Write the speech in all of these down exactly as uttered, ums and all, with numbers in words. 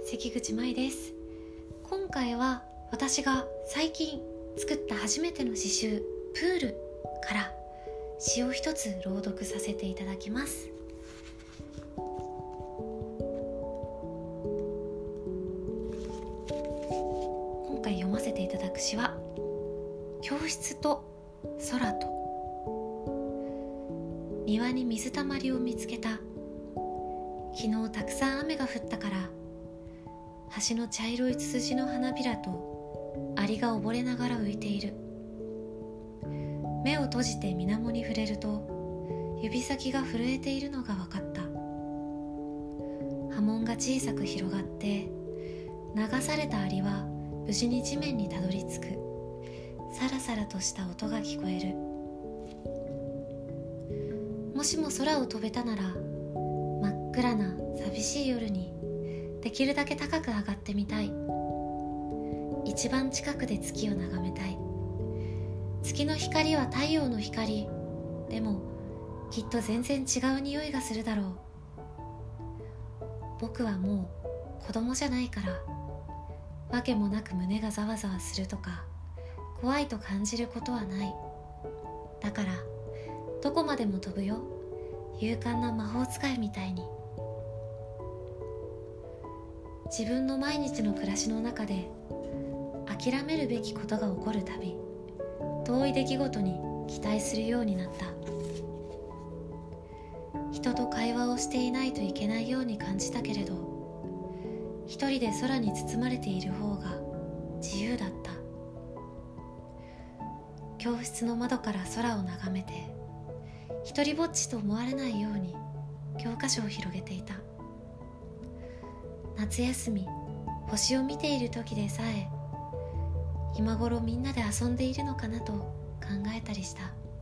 関口舞です。今回は私が最近作った初めての詩集プールから詩を一つ朗読させていただきます。今回読ませていただく詩は教室と空と。庭に水たまりを見つけた。昨日たくさん雨が降ったから橋の茶色いツツジの花びらとアリが溺れながら浮いている。目を閉じて水面に触れると指先が震えているのが分かった。波紋が小さく広がって流されたアリは無事に地面にたどり着く。サラサラとした音が聞こえる。もしも空を飛べたなら真っ暗な寂しい夜にできるだけ高く上がってみたい。一番近くで月を眺めたい。月の光は太陽の光。でもきっと全然違う匂いがするだろう。僕はもう子供じゃないからわけもなく胸がざわざわするとか怖いと感じることはない。だからどこまでも飛ぶよ、勇敢な魔法使いみたいに。自分の毎日の暮らしの中で諦めるべきことが起こるたび遠い出来事に期待するようになった。人と会話をしていないといけないように感じたけれど一人で空に包まれている方が自由だった。教室の窓から空を眺めて一人ぼっちと思われないように教科書を広げていた。夏休み星を見ている時でさえ今頃みんなで遊んでいるのかなと考えたりした。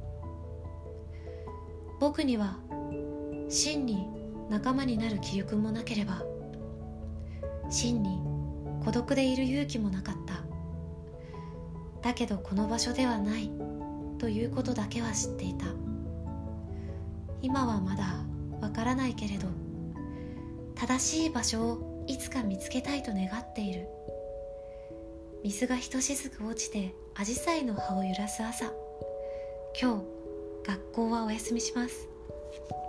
僕には真に仲間になる気力もなければ真に孤独でいる勇気もなかった。だけどこの場所ではないということだけは知っていた。今はまだわからないけれど正しい場所をいつか見つけたいと願っている。水がひとしずく落ちてアジサイの葉を揺らす朝。今日学校はお休みします。